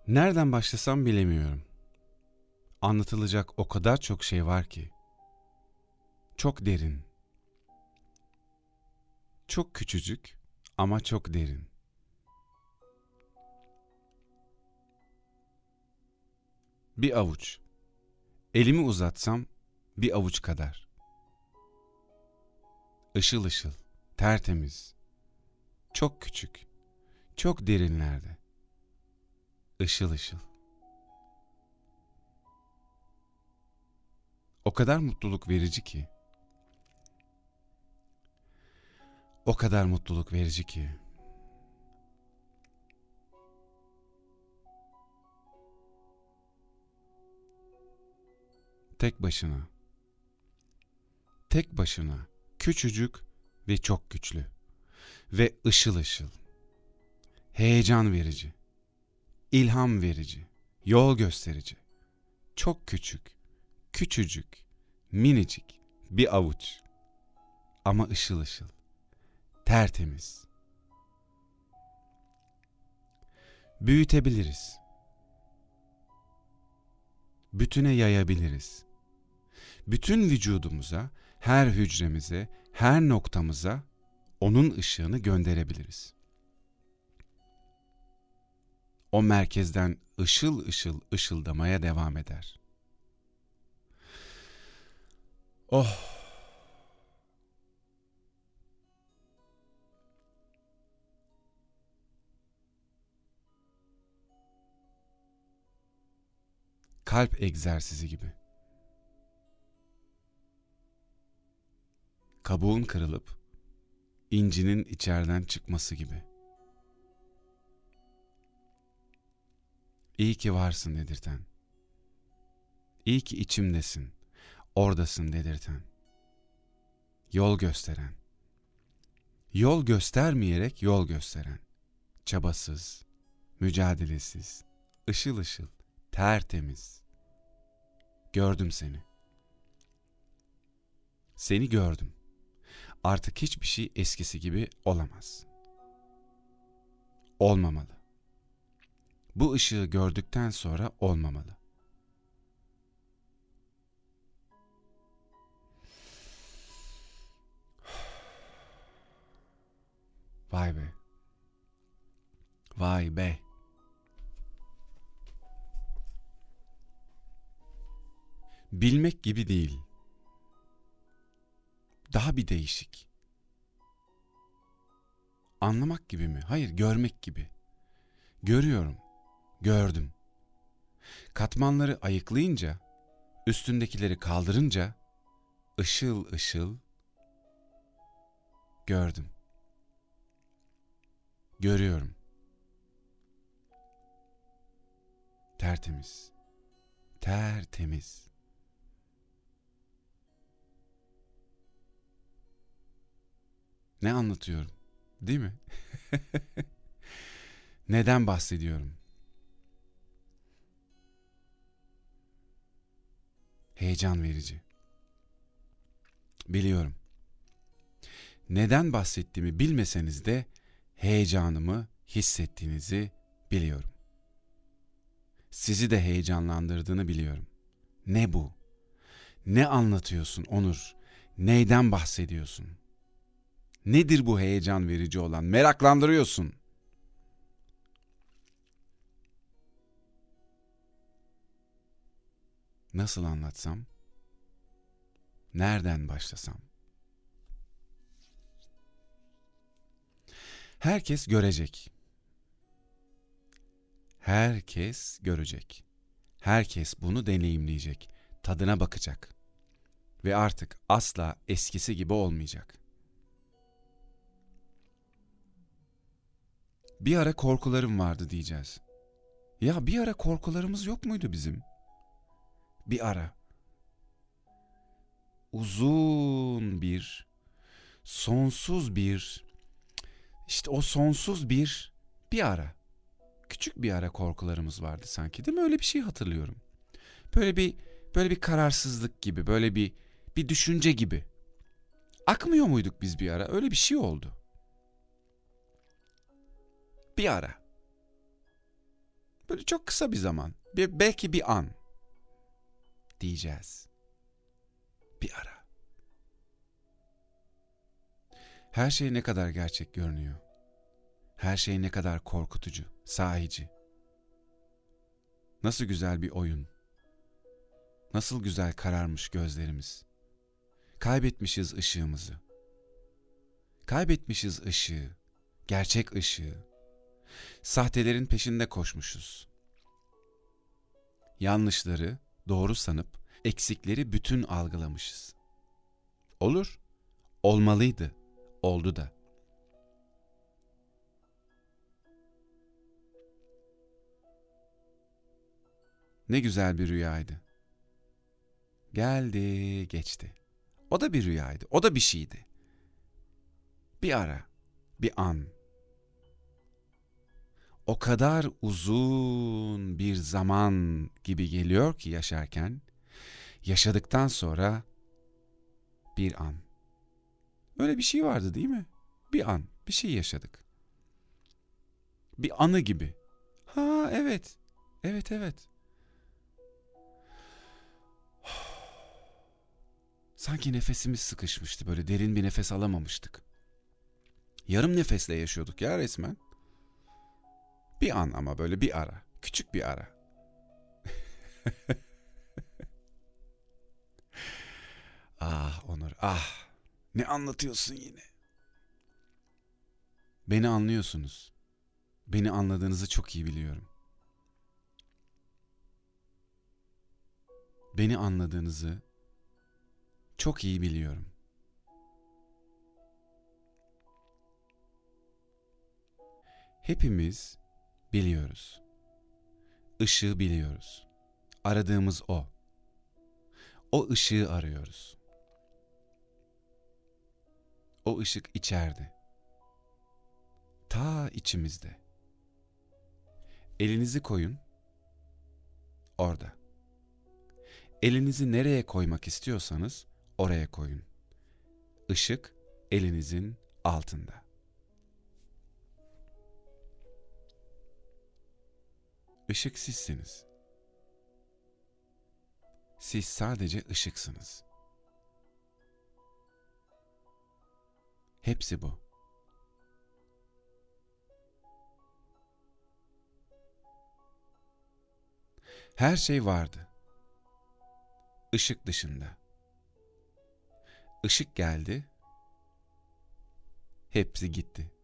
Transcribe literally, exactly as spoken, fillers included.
Nereden başlasam bilemiyorum. Anlatılacak o kadar çok şey var ki. Çok derin. Çok küçücük ama çok derin. Bir avuç. Elimi uzatsam bir avuç kadar. Işıl ışıl, tertemiz. Çok küçük, çok derinlerde. Işıl ışıl. O kadar mutluluk verici ki. O kadar mutluluk verici ki. Tek başına. Tek başına. Küçücük ve çok güçlü. Ve ışıl ışıl. Heyecan verici. İlham verici. Yol gösterici. Çok küçük. Küçücük. Minicik. Bir avuç. Ama ışıl ışıl. Tertemiz. Büyütebiliriz. Bütüne yayabiliriz. Bütün vücudumuza, her hücremize, her noktamıza onun ışığını gönderebiliriz. O merkezden ışıl ışıl ışıldamaya devam eder. Oh! Kalp egzersizi gibi. Kabuğun kırılıp incinin içeriden çıkması gibi. İyi ki varsın dedirten. İyi ki içimdesin, oradasın dedirten. Yol gösteren. Yol göstermeyerek yol gösteren. Çabasız, mücadelesiz, ışıl ışıl, tertemiz. Gördüm seni. Seni gördüm. Artık hiçbir şey eskisi gibi olamaz. Olmamalı. Bu ışığı gördükten sonra olmamalı. Vay be. Vay be. Bilmek gibi değil. Daha bir değişik. Anlamak gibi mi? Hayır, görmek gibi. Görüyorum. Gördüm. Katmanları ayıklayınca, üstündekileri kaldırınca ışıl ışıl gördüm. Görüyorum. Tertemiz. Tertemiz. Ne anlatıyorum? Değil mi? Neden bahsediyorum? Heyecan verici. Biliyorum. Neden bahsettiğimi bilmeseniz de heyecanımı hissettiğinizi biliyorum. Sizi de heyecanlandırdığını biliyorum. Ne bu? Ne anlatıyorsun Onur? Neyden bahsediyorsun? Nedir bu heyecan verici olan? Meraklandırıyorsun. Nasıl anlatsam? Nereden başlasam? Herkes görecek. Herkes görecek. Herkes bunu deneyimleyecek. Tadına bakacak. Ve artık asla eskisi gibi olmayacak. Bir ara korkularım vardı diyeceğiz. Ya bir ara korkularımız yok muydu bizim? Bir ara. Uzun bir, sonsuz bir, işte o sonsuz bir, bir ara. Küçük bir ara korkularımız vardı sanki, değil mi? Öyle bir şey hatırlıyorum. Böyle bir, böyle bir kararsızlık gibi, böyle bir, bir düşünce gibi. Akmıyor muyduk biz bir ara? Öyle bir şey oldu. Bir ara. Böyle çok kısa bir zaman. Bir, belki bir an diyeceğiz. Bir ara. Her şey ne kadar gerçek görünüyor. Her şey ne kadar korkutucu, sahici. Nasıl güzel bir oyun. Nasıl güzel kararmış gözlerimiz. Kaybetmişiz ışığımızı. Kaybetmişiz ışığı, gerçek ışığı. Sahtelerin peşinde koşmuşuz. Yanlışları doğru sanıp eksikleri bütün algılamışız. Olur, olmalıydı, oldu da. Ne güzel bir rüyaydı. Geldi, geçti. O da bir rüyaydı, o da bir şeydi. Bir ara, bir an. O kadar uzun bir zaman gibi geliyor ki yaşarken, yaşadıktan sonra bir an. Öyle bir şey vardı değil mi? Bir an, bir şey yaşadık. Bir anı gibi. Ha evet, evet evet. Sanki nefesimiz sıkışmıştı, böyle derin bir nefes alamamıştık. Yarım nefesle yaşıyorduk ya resmen. Bir an ama böyle bir ara, küçük bir ara. Ah Onur, ah. Ne anlatıyorsun yine? Beni anlıyorsunuz. Beni anladığınızı çok iyi biliyorum. Beni anladığınızı çok iyi biliyorum. Hepimiz biliyoruz. Işığı biliyoruz. Aradığımız o. O ışığı arıyoruz. O ışık içeride. Ta içimizde. Elinizi koyun. Orada. Elinizi nereye koymak istiyorsanız oraya koyun. Işık elinizin altında. Işık sizsiniz. Siz sadece ışıksınız. Hepsi bu. Her şey vardı. Işık dışında. Işık geldi. Hepsi gitti.